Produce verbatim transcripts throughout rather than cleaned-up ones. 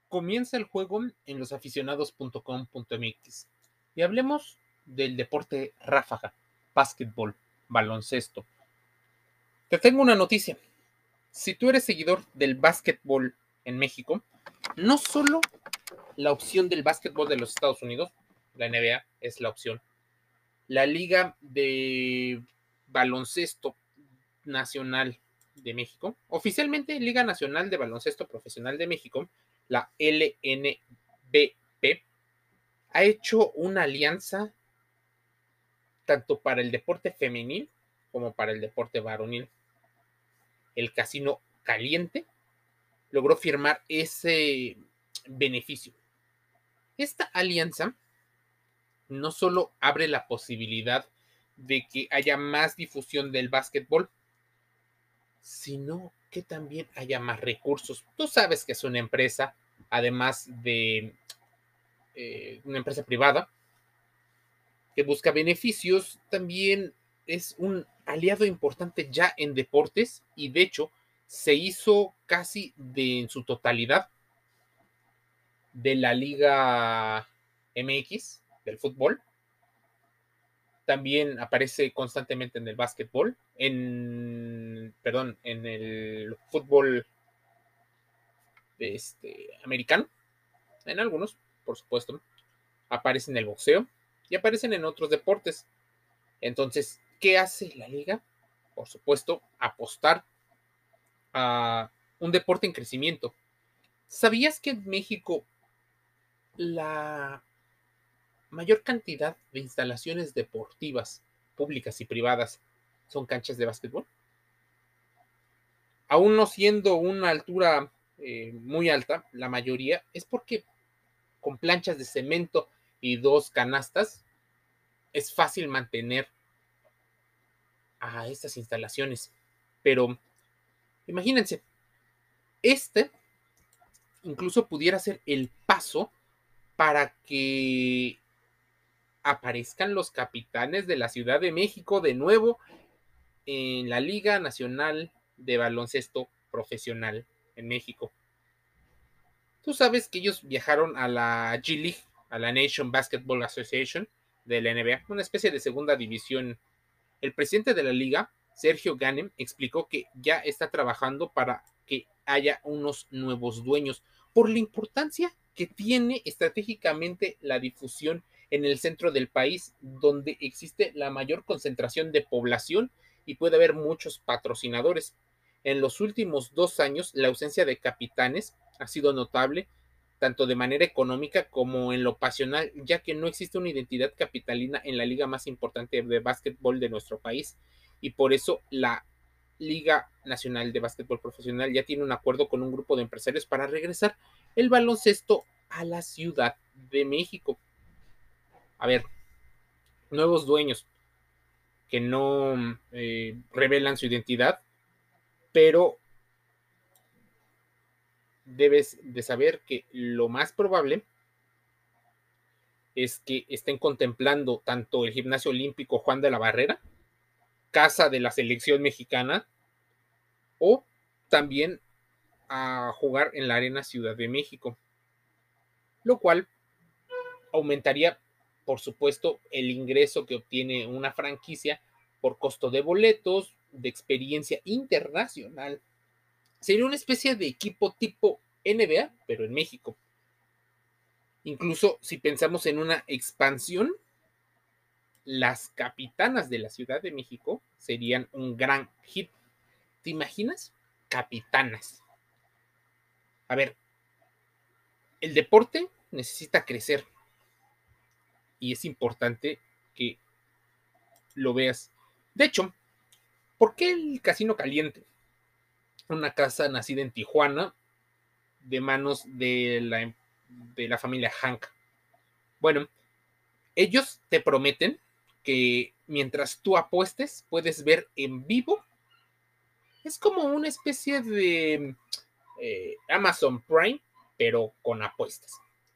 Comienza el juego en losaficionados punto com punto m x y hablemos del deporte ráfaga, básquetbol, baloncesto. Te tengo una noticia. Si tú eres seguidor del básquetbol en México, no solo la opción del básquetbol de los Estados Unidos, la N B A es la opción, la Liga de Baloncesto Nacional de México, oficialmente Liga Nacional de Baloncesto Profesional de México, la L N B P, ha hecho una alianza tanto para el deporte femenil como para el deporte varonil. El Casino Caliente logró firmar ese beneficio. Esta alianza no solo abre la posibilidad de que haya más difusión del básquetbol, sino que también haya más recursos. Tú sabes que es una empresa, además de eh, una empresa privada, que busca beneficios, también es un aliado importante ya en deportes y de hecho se hizo casi de en su totalidad de la Liga M X del fútbol. También aparece constantemente en el básquetbol, en, perdón, en el fútbol este, americano, en algunos, por supuesto. Aparece en el boxeo y aparecen en otros deportes. Entonces, ¿qué hace la liga? Por supuesto, apostar a un deporte en crecimiento. ¿Sabías que en México la mayor cantidad de instalaciones deportivas públicas y privadas son canchas de básquetbol? Aún no siendo una altura eh, muy alta, la mayoría es porque con planchas de cemento y dos canastas es fácil mantener a estas instalaciones. Pero imagínense, este incluso pudiera ser el paso para que aparezcan los capitanes de la Ciudad de México de nuevo en la Liga Nacional de Baloncesto Profesional en México. Tú sabes que ellos viajaron a la G League, a la Nation Basketball Association de la N B A, una especie de segunda división. El presidente de la liga, Sergio Ganem, explicó que ya está trabajando para que haya unos nuevos dueños por la importancia que tiene estratégicamente la difusión en el centro del país, donde existe la mayor concentración de población y puede haber muchos patrocinadores. En los últimos dos años, la ausencia de capitanes ha sido notable, tanto de manera económica como en lo pasional, ya que no existe una identidad capitalina en la liga más importante de básquetbol de nuestro país. Y por eso la Liga Nacional de Básquetbol Profesional ya tiene un acuerdo con un grupo de empresarios para regresar el baloncesto a la Ciudad de México. A ver, nuevos dueños que no eh, revelan su identidad, pero debes de saber que lo más probable es que estén contemplando tanto el Gimnasio Olímpico Juan de la Barrera, casa de la selección mexicana, o también a jugar en la Arena Ciudad de México, lo cual aumentaría, por supuesto, el ingreso que obtiene una franquicia por costo de boletos, de experiencia internacional. Sería una especie de equipo tipo N B A, pero en México. Incluso si pensamos en una expansión, las capitanas de la Ciudad de México serían un gran hit. ¿Te imaginas? Capitanas. A ver, el deporte necesita crecer y es importante que lo veas. De hecho, ¿por qué el Casino Caliente? Una casa nacida en Tijuana de manos de la, de la familia Hank. Bueno, ellos te prometen que mientras tú apuestes, puedes ver en vivo. Es como una especie de eh, Amazon Prime, pero con apuestas.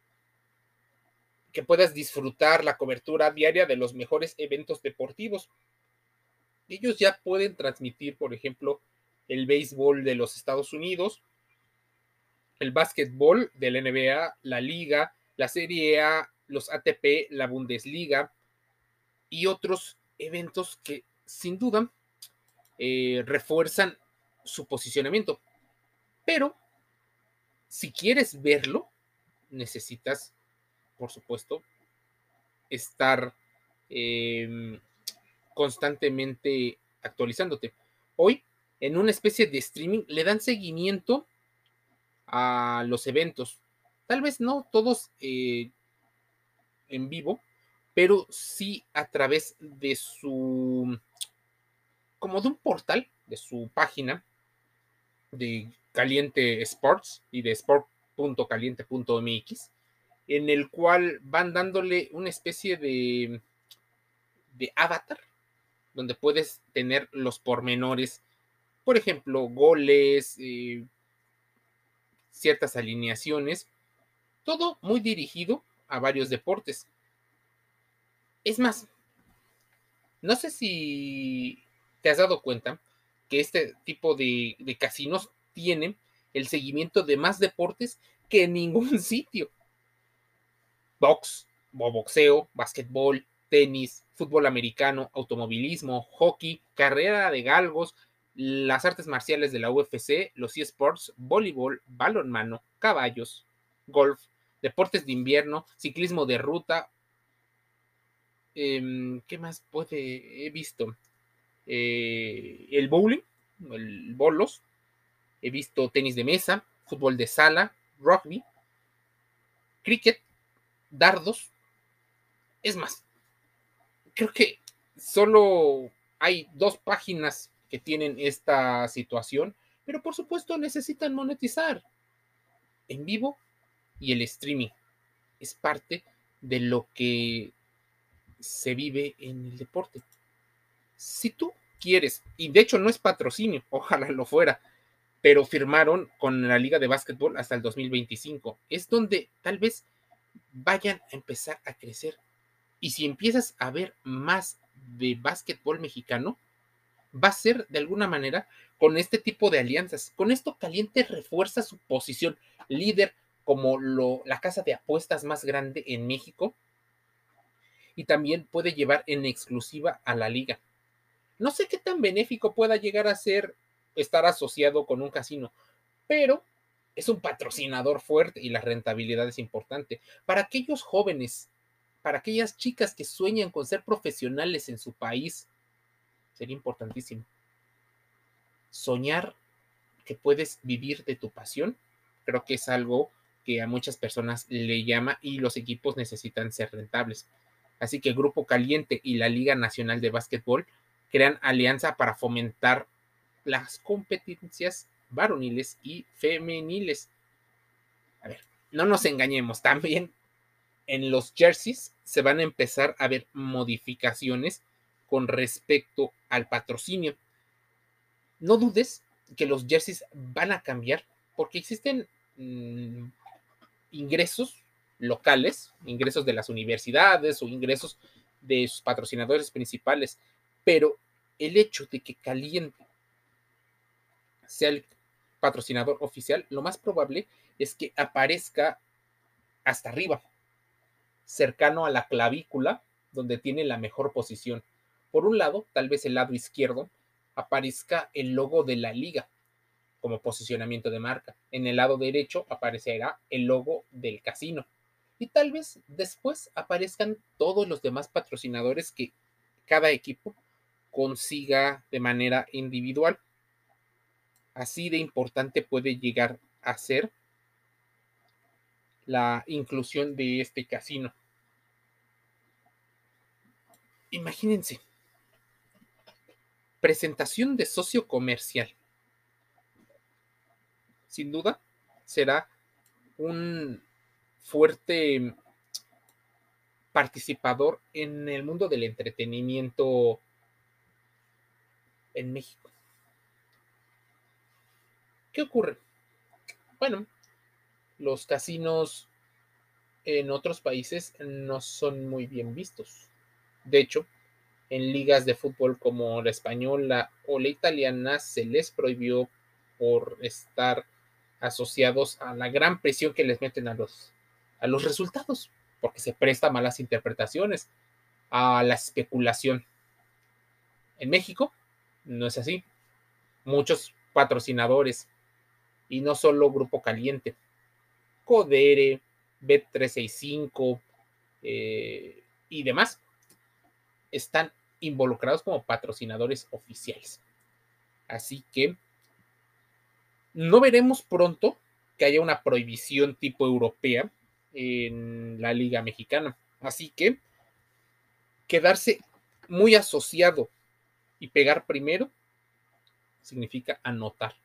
Que puedas disfrutar la cobertura diaria de los mejores eventos deportivos. Ellos ya pueden transmitir, por ejemplo, el béisbol de los Estados Unidos, el básquetbol de la N B A, la Liga, la Serie A, los A T P, la Bundesliga y otros eventos que sin duda eh, refuerzan su posicionamiento. Pero si quieres verlo, necesitas, por supuesto, estar eh, constantemente actualizándote. Hoy, en una especie de streaming, le dan seguimiento a los eventos. Tal vez no todos eh, en vivo, pero sí a través de su, como de un portal, de su página de Caliente Sports y de sport punto caliente punto m x, en el cual van dándole una especie de, de avatar, donde puedes tener los pormenores, por ejemplo, goles, eh, ciertas alineaciones, todo muy dirigido a varios deportes. Es más, no sé si te has dado cuenta que este tipo de, de casinos tienen el seguimiento de más deportes que en ningún sitio. Box, o boxeo, básquetbol, tenis, fútbol americano, automovilismo, hockey, carrera de galgos, las artes marciales de la U F C, los eSports, voleibol, balonmano, caballos, golf, deportes de invierno, ciclismo de ruta. Eh, ¿Qué más puede? He visto eh, el bowling, el bolos, he visto tenis de mesa, fútbol de sala, rugby, cricket, dardos. Es más, creo que solo hay dos páginas que tienen esta situación, pero por supuesto necesitan monetizar en vivo y el streaming. Es parte de lo que se vive en el deporte. Si tú quieres, y de hecho no es patrocinio, ojalá lo fuera, pero firmaron con la Liga de Básquetbol hasta el dos mil veinticinco. Es donde tal vez vayan a empezar a crecer. Y si empiezas a ver más de básquetbol mexicano, va a ser de alguna manera con este tipo de alianzas. Con esto Caliente refuerza su posición líder como lo, la casa de apuestas más grande en México y también puede llevar en exclusiva a la liga. No sé qué tan benéfico pueda llegar a ser estar asociado con un casino, pero es un patrocinador fuerte y la rentabilidad es importante. Para aquellos jóvenes, para aquellas chicas que sueñan con ser profesionales en su país, sería importantísimo. Soñar que puedes vivir de tu pasión, creo que es algo que a muchas personas le llama y los equipos necesitan ser rentables. Así que Grupo Caliente y la Liga Nacional de Básquetbol crean alianza para fomentar las competencias varoniles y femeniles. A ver, no nos engañemos, también en los jerseys se van a empezar a ver modificaciones con respecto al patrocinio. No dudes que los jerseys van a cambiar porque existen mmm, ingresos locales, ingresos de las universidades o ingresos de sus patrocinadores principales, pero el hecho de que Caliente sea el patrocinador oficial, lo más probable es que aparezca hasta arriba, cercano a la clavícula, donde tiene la mejor posición. Por un lado, tal vez el lado izquierdo, aparezca el logo de la liga como posicionamiento de marca. En el lado derecho aparecerá el logo del casino. Y tal vez después aparezcan todos los demás patrocinadores que cada equipo consiga de manera individual. Así de importante puede llegar a ser la inclusión de este casino. Imagínense, presentación de socio comercial. Sin duda, será un fuerte participador en el mundo del entretenimiento en México. ¿Qué ocurre? Bueno, los casinos en otros países no son muy bien vistos. De hecho, en ligas de fútbol como la española o la italiana se les prohibió por estar asociados a la gran presión que les meten a los, a los resultados, porque se presta a malas interpretaciones, a la especulación. En México no es así. Muchos patrocinadores, y no solo Grupo Caliente, Codere, Bet trescientos sesenta y cinco eh, y demás, están involucrados como patrocinadores oficiales. Así que no veremos pronto que haya una prohibición tipo europea en la Liga Mexicana. Así que quedarse muy asociado y pegar primero significa anotar.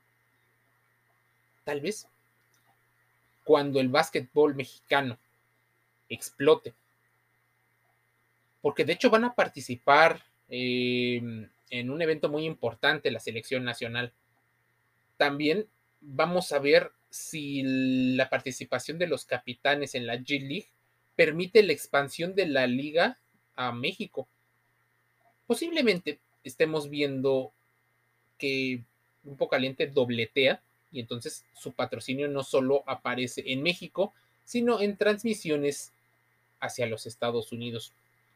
Tal vez cuando el básquetbol mexicano explote, porque de hecho van a participar eh, en un evento muy importante, la selección nacional. También vamos a ver si la participación de los capitanes en la G League permite la expansión de la liga a México. Posiblemente estemos viendo que Grupo Caliente dobletea y entonces su patrocinio no solo aparece en México, sino en transmisiones hacia los Estados Unidos.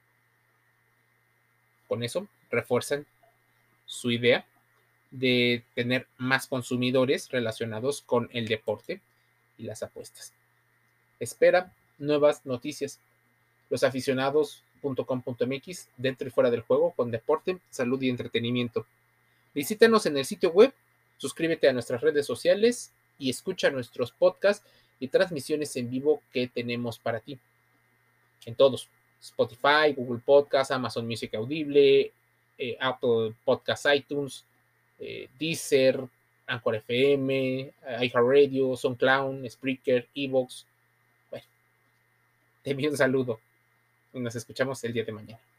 Con eso refuerzan su idea de tener más consumidores relacionados con el deporte y las apuestas. Espera nuevas noticias. Losaficionados punto com punto m x, dentro y fuera del juego, con deporte, salud y entretenimiento. Visítanos en el sitio web, suscríbete a nuestras redes sociales y escucha nuestros podcasts y transmisiones en vivo que tenemos para ti. En todos: Spotify, Google Podcast, Amazon Music Audible, eh, Apple Podcast, iTunes, eh, Deezer, Anchor F M, iHeartRadio, SoundCloud, Spreaker, Evox. Bueno, te envío un saludo y nos escuchamos el día de mañana.